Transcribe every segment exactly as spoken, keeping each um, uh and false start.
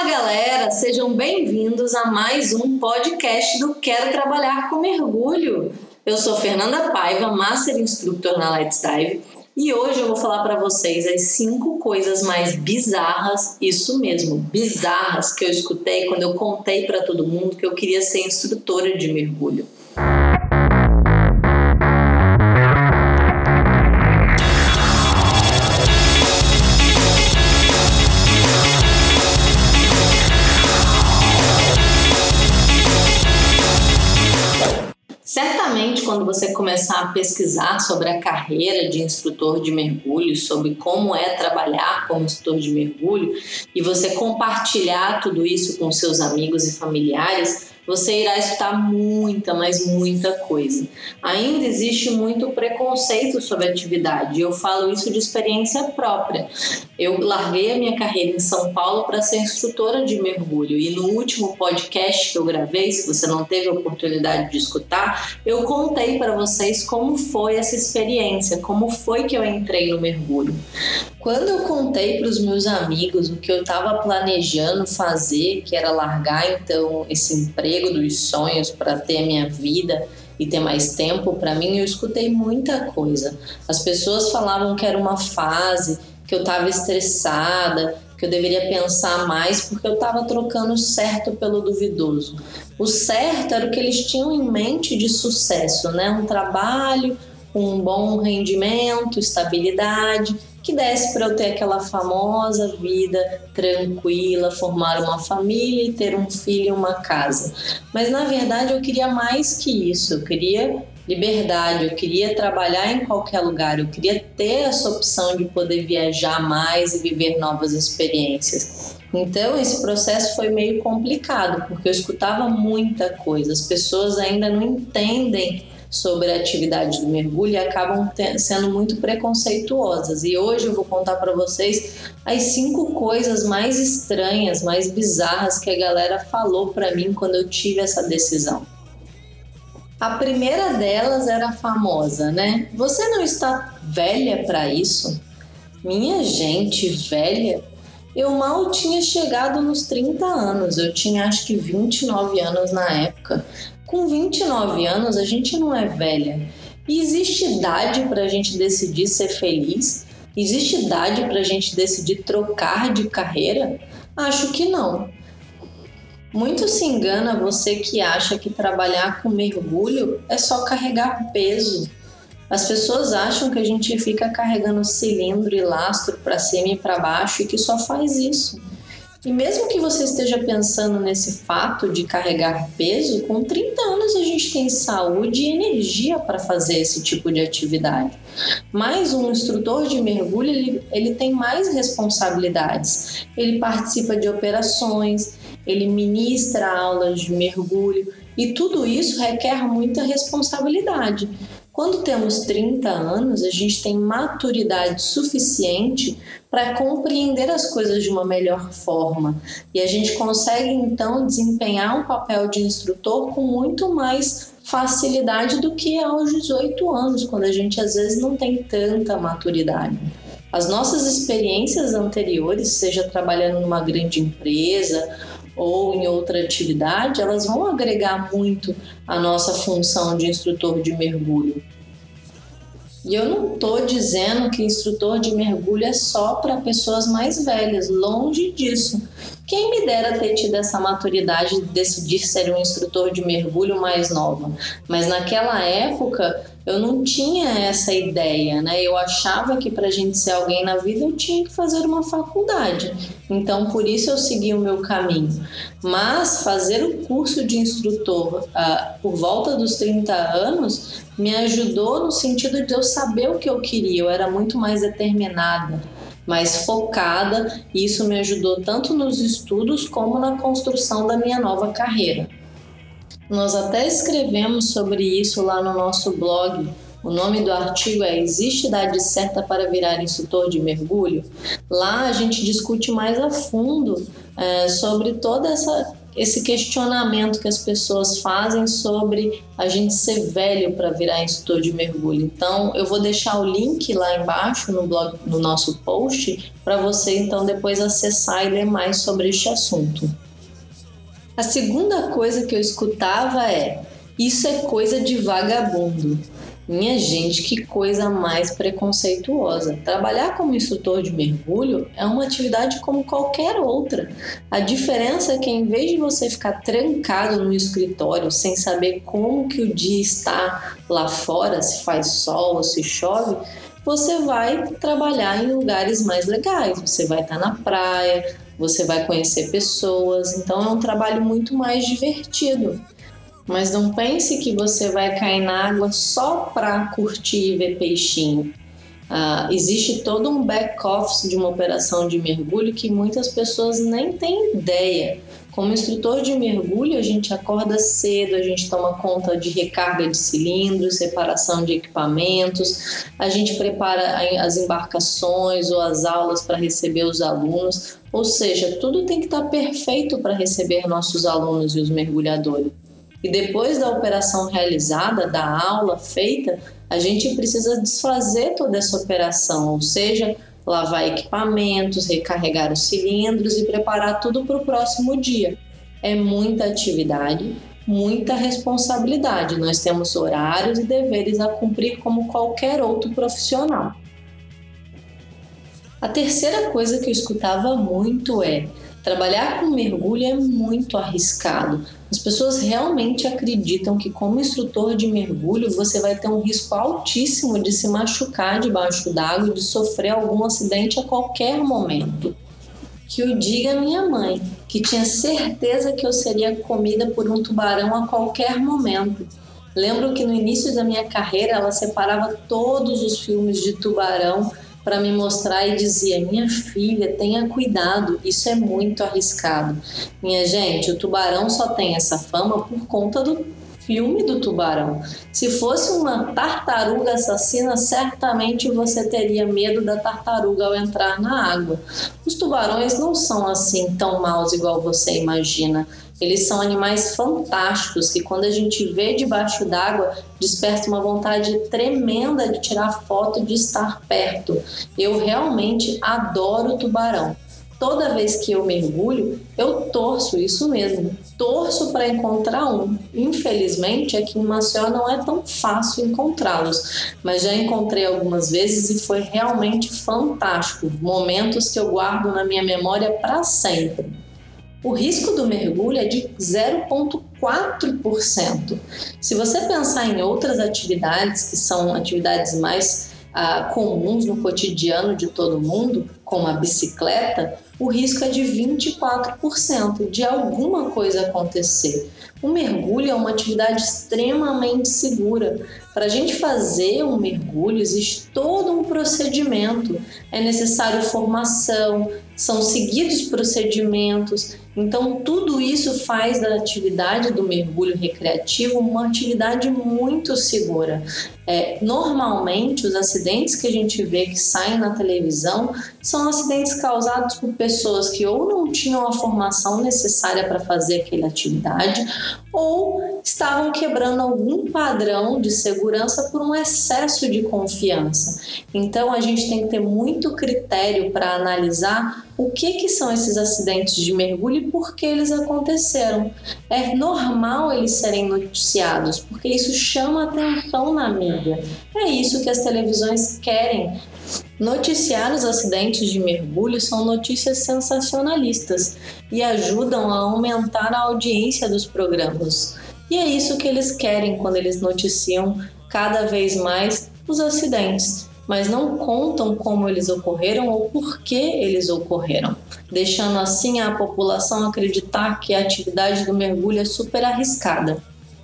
Fala galera, sejam bem-vindos a mais um podcast do Quero Trabalhar com Mergulho. Eu sou Fernanda Paiva, Master Instructor na Let's Dive, e hoje eu vou falar para vocês as cinco coisas mais bizarras, isso mesmo, bizarras, que eu escutei quando eu contei para todo mundo que eu queria ser instrutora de mergulho. Certamente, quando você começar a pesquisar sobre a carreira de instrutor de mergulho, sobre como é trabalhar como instrutor de mergulho, e você compartilhar tudo isso com seus amigos e familiares, você irá escutar muita, mas muita coisa. Ainda existe muito preconceito sobre a atividade, e eu falo isso de experiência própria. Eu larguei a minha carreira em São Paulo para ser instrutora de mergulho, e no último podcast que eu gravei, se você não teve a oportunidade de escutar, eu contei para vocês como foi essa experiência, como foi que eu entrei no mergulho. Quando eu contei para os meus amigos o que eu estava planejando fazer, que era largar então esse emprego dos sonhos para ter a minha vida e ter mais tempo para mim, eu escutei muita coisa. As pessoas falavam que era uma fase, que eu estava estressada, que eu deveria pensar mais porque eu estava trocando o certo pelo duvidoso. O certo era o que eles tinham em mente de sucesso, né? Um trabalho com um bom rendimento, estabilidade, que desse para eu ter aquela famosa vida tranquila, formar uma família e ter um filho e uma casa. Mas na verdade eu queria mais que isso, eu queria liberdade, eu queria trabalhar em qualquer lugar, eu queria ter essa opção de poder viajar mais e viver novas experiências. Então esse processo foi meio complicado, porque eu escutava muita coisa, as pessoas ainda não entendem sobre a atividade do mergulho e acabam te- sendo muito preconceituosas. E hoje eu vou contar para vocês as cinco coisas mais estranhas, mais bizarras que a galera falou para mim quando eu tive essa decisão. A primeira delas era a famosa, né? Você não está velha para isso? Minha gente, velha? Eu mal tinha chegado nos trinta anos, eu tinha acho que vinte e nove anos na época. Com vinte e nove anos, a gente não é velha. E existe idade para a gente decidir ser feliz? Existe idade para a gente decidir trocar de carreira? Acho que não. Muito se engana você que acha que trabalhar com mergulho é só carregar peso. As pessoas acham que a gente fica carregando cilindro e lastro para cima e para baixo e que só faz isso. E mesmo que você esteja pensando nesse fato de carregar peso, com trinta anos a gente tem saúde e energia para fazer esse tipo de atividade. Mas um instrutor de mergulho, ele, ele tem mais responsabilidades. Ele participa de operações, ele ministra aulas de mergulho e tudo isso requer muita responsabilidade. Quando temos trinta anos, a gente tem maturidade suficiente para compreender as coisas de uma melhor forma e a gente consegue então desempenhar um papel de instrutor com muito mais facilidade do que aos dezoito anos, quando a gente às vezes não tem tanta maturidade. As nossas experiências anteriores, seja trabalhando numa grande empresa ou em outra atividade, elas vão agregar muito à nossa função de instrutor de mergulho. E eu não estou dizendo que instrutor de mergulho é só para pessoas mais velhas, longe disso. Quem me dera ter tido essa maturidade de decidir ser um instrutor de mergulho mais nova. Mas naquela época eu não tinha essa ideia, né? Eu achava que para a gente ser alguém na vida eu tinha que fazer uma faculdade. Então por isso eu segui o meu caminho. Mas fazer o curso de instrutor uh, por volta dos trinta anos me ajudou no sentido de eu saber o que eu queria. Eu era muito mais determinada, mais focada, e isso me ajudou tanto nos estudos como na construção da minha nova carreira. Nós até escrevemos sobre isso lá no nosso blog. O nome do artigo é Existe idade certa para virar instrutor de mergulho? Lá a gente discute mais a fundo é, sobre toda essa esse questionamento que as pessoas fazem sobre a gente ser velho para virar instrutor de mergulho. Então, eu vou deixar o link lá embaixo no blog, no nosso post, para você então depois acessar e ler mais sobre este assunto. A segunda coisa que eu escutava é: isso é coisa de vagabundo. Minha gente, que coisa mais preconceituosa. Trabalhar como instrutor de mergulho é uma atividade como qualquer outra. A diferença é que, em vez de você ficar trancado no escritório sem saber como que o dia está lá fora, se faz sol ou se chove, você vai trabalhar em lugares mais legais. Você vai estar na praia, você vai conhecer pessoas. Então é um trabalho muito mais divertido. Mas não pense que você vai cair na água só para curtir e ver peixinho. Ah, existe todo um back-office de uma operação de mergulho que muitas pessoas nem têm ideia. Como instrutor de mergulho, a gente acorda cedo, a gente toma conta de recarga de cilindros, separação de equipamentos, a gente prepara as embarcações ou as aulas para receber os alunos, ou seja, tudo tem que estar perfeito para receber nossos alunos e os mergulhadores. E depois da operação realizada, da aula feita, a gente precisa desfazer toda essa operação, ou seja, lavar equipamentos, recarregar os cilindros e preparar tudo para o próximo dia. É muita atividade, muita responsabilidade. Nós temos horários e deveres a cumprir como qualquer outro profissional. A terceira coisa que eu escutava muito é: trabalhar com mergulho é muito arriscado. As pessoas realmente acreditam que, como instrutor de mergulho, você vai ter um risco altíssimo de se machucar debaixo d'água e de sofrer algum acidente a qualquer momento. Que o diga minha mãe, que tinha certeza que eu seria comida por um tubarão a qualquer momento. Lembro que no início da minha carreira ela separava todos os filmes de tubarão para me mostrar e dizia: minha filha, tenha cuidado, isso é muito arriscado. Minha gente, o tubarão só tem essa fama por conta do filme do tubarão. Se fosse uma tartaruga assassina, certamente você teria medo da tartaruga ao entrar na água. Os tubarões não são assim tão maus igual você imagina. Eles são animais fantásticos que, quando a gente vê debaixo d'água, desperta uma vontade tremenda de tirar foto, de estar perto. Eu realmente adoro tubarão. Toda vez que eu mergulho, eu torço, isso mesmo, torço para encontrar um. Infelizmente, aqui em Maceió não é tão fácil encontrá-los, mas já encontrei algumas vezes e foi realmente fantástico. Momentos que eu guardo na minha memória para sempre. O risco do mergulho é de zero vírgula quatro por cento. Se você pensar em outras atividades, que são atividades mais ah, comuns no cotidiano de todo mundo, como a bicicleta, o risco é de vinte e quatro por cento de alguma coisa acontecer. O mergulho é uma atividade extremamente segura. Para a gente fazer um mergulho, existe todo um procedimento. É necessário formação, são seguidos procedimentos. Então, tudo isso faz da atividade do mergulho recreativo uma atividade muito segura. É, normalmente, os acidentes que a gente vê que saem na televisão são acidentes causados por pessoas que ou não tinham a formação necessária para fazer aquela atividade ou estavam quebrando algum padrão de segurança por um excesso de confiança. Então, a gente tem que ter muito critério para analisar o que, que são esses acidentes de mergulho e por que eles aconteceram. É normal eles serem noticiados, porque isso chama atenção na mídia. É isso que as televisões querem. Noticiar os acidentes de mergulho são notícias sensacionalistas e ajudam a aumentar a audiência dos programas. E é isso que eles querem quando eles noticiam cada vez mais os acidentes, mas não contam como eles ocorreram ou por que eles ocorreram, deixando assim a população acreditar que a atividade do mergulho é super arriscada.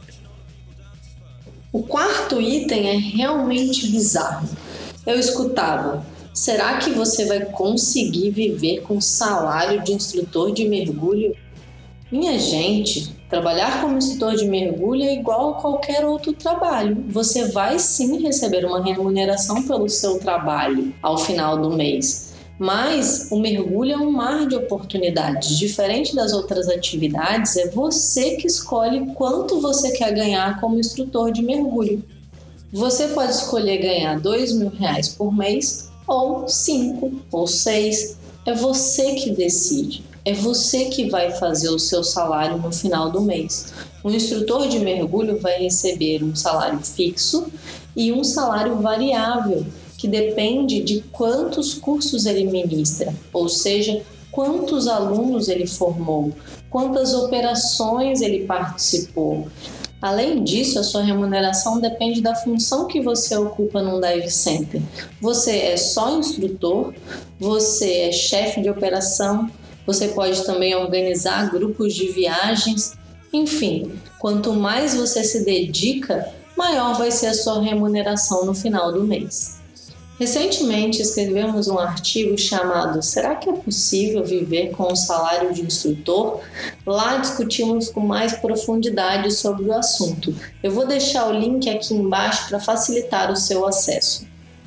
O quarto item é realmente bizarro. Eu escutava: será que você vai conseguir viver com salário de instrutor de mergulho? Minha gente, trabalhar como instrutor de mergulho é igual a qualquer outro trabalho. Você vai sim receber uma remuneração pelo seu trabalho ao final do mês. Mas o mergulho é um mar de oportunidades. Diferente das outras atividades, é você que escolhe quanto você quer ganhar como instrutor de mergulho. Você pode escolher ganhar dois mil reais por mês, ou cinco, ou seis. É você que decide. É você que vai fazer o seu salário no final do mês. O instrutor de mergulho vai receber um salário fixo e um salário variável, que depende de quantos cursos ele ministra, ou seja, quantos alunos ele formou, quantas operações ele participou. Além disso, a sua remuneração depende da função que você ocupa num dive center. Você é só instrutor, você é chefe de operação, você pode também organizar grupos de viagens. Enfim, quanto mais você se dedica, maior vai ser a sua remuneração no final do mês. Recentemente escrevemos um artigo chamado Será que é possível viver com o salário de instrutor? Lá discutimos com mais profundidade sobre o assunto. Eu vou deixar o link aqui embaixo para facilitar o seu acesso.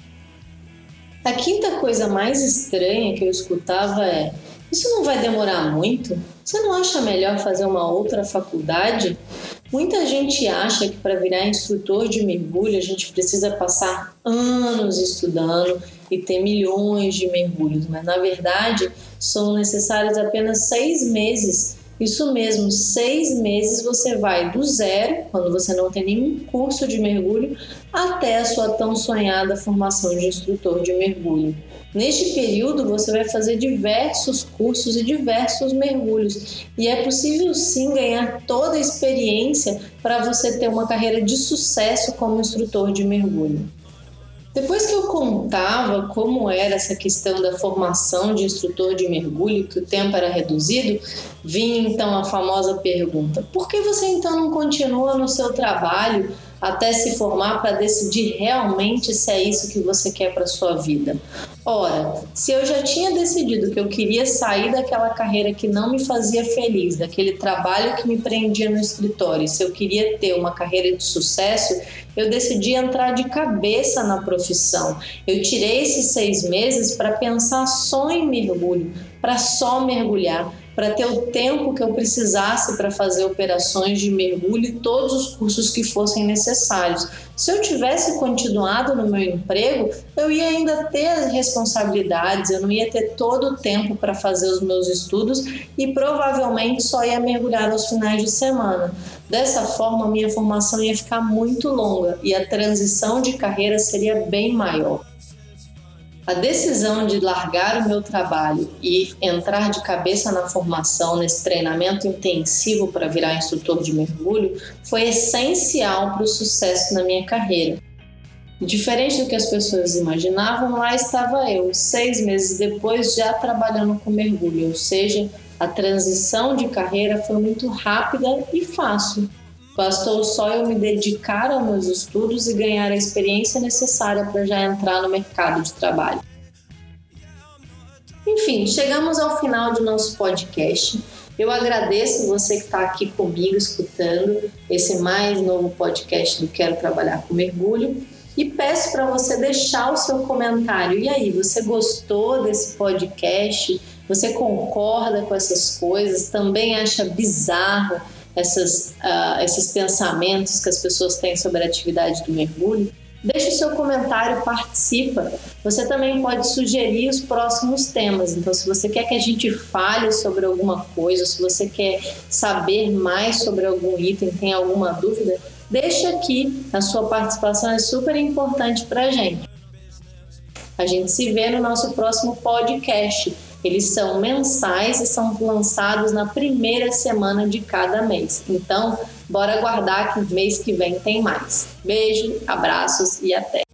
A quinta coisa mais estranha que eu escutava é: isso não vai demorar muito? Você não acha melhor fazer uma outra faculdade? Muita gente acha que para virar instrutor de mergulho a gente precisa passar anos estudando e ter milhões de mergulhos, mas na verdade são necessários apenas seis meses. Isso mesmo, seis meses você vai do zero, quando você não tem nenhum curso de mergulho, até a sua tão sonhada formação de instrutor de mergulho. Neste período, você vai fazer diversos cursos e diversos mergulhos, e é possível sim ganhar toda a experiência para você ter uma carreira de sucesso como instrutor de mergulho. Depois que eu contava como era essa questão da formação de instrutor de mergulho, que o tempo era reduzido, vinha então a famosa pergunta: por que você então não continua no seu trabalho até se formar para decidir realmente se é isso que você quer para a sua vida? Ora, se eu já tinha decidido que eu queria sair daquela carreira que não me fazia feliz, daquele trabalho que me prendia no escritório, se eu queria ter uma carreira de sucesso, eu decidi entrar de cabeça na profissão. Eu tirei esses seis meses para pensar só em mergulho, para só mergulhar, para ter o tempo que eu precisasse para fazer operações de mergulho e todos os cursos que fossem necessários. Se eu tivesse continuado no meu emprego, eu ia ainda ter as responsabilidades, eu não ia ter todo o tempo para fazer os meus estudos e provavelmente só ia mergulhar aos finais de semana. Dessa forma, a minha formação ia ficar muito longa e a transição de carreira seria bem maior. A decisão de largar o meu trabalho e entrar de cabeça na formação, nesse treinamento intensivo para virar instrutor de mergulho, foi essencial para o sucesso na minha carreira. Diferente do que as pessoas imaginavam, lá estava eu, seis meses depois, já trabalhando com mergulho, ou seja, a transição de carreira foi muito rápida e fácil. Bastou só eu me dedicar aos meus estudos e ganhar a experiência necessária para já entrar no mercado de trabalho. Enfim, chegamos ao final de nosso podcast. Eu agradeço você que está aqui comigo escutando esse mais novo podcast do Quero Trabalhar com Mergulho e peço para você deixar o seu comentário. E aí, você gostou desse podcast? Você concorda com essas coisas? Também acha bizarro Essas, uh, esses pensamentos que as pessoas têm sobre a atividade do mergulho? Deixe o seu comentário, participa. Você também pode sugerir os próximos temas. Então, se você quer que a gente fale sobre alguma coisa, se você quer saber mais sobre algum item, tem alguma dúvida, deixa aqui. A sua participação é super importante para a gente. A gente se vê no nosso próximo podcast. Eles são mensais e são lançados na primeira semana de cada mês. Então, bora aguardar que mês que vem tem mais. Beijo, abraços e até!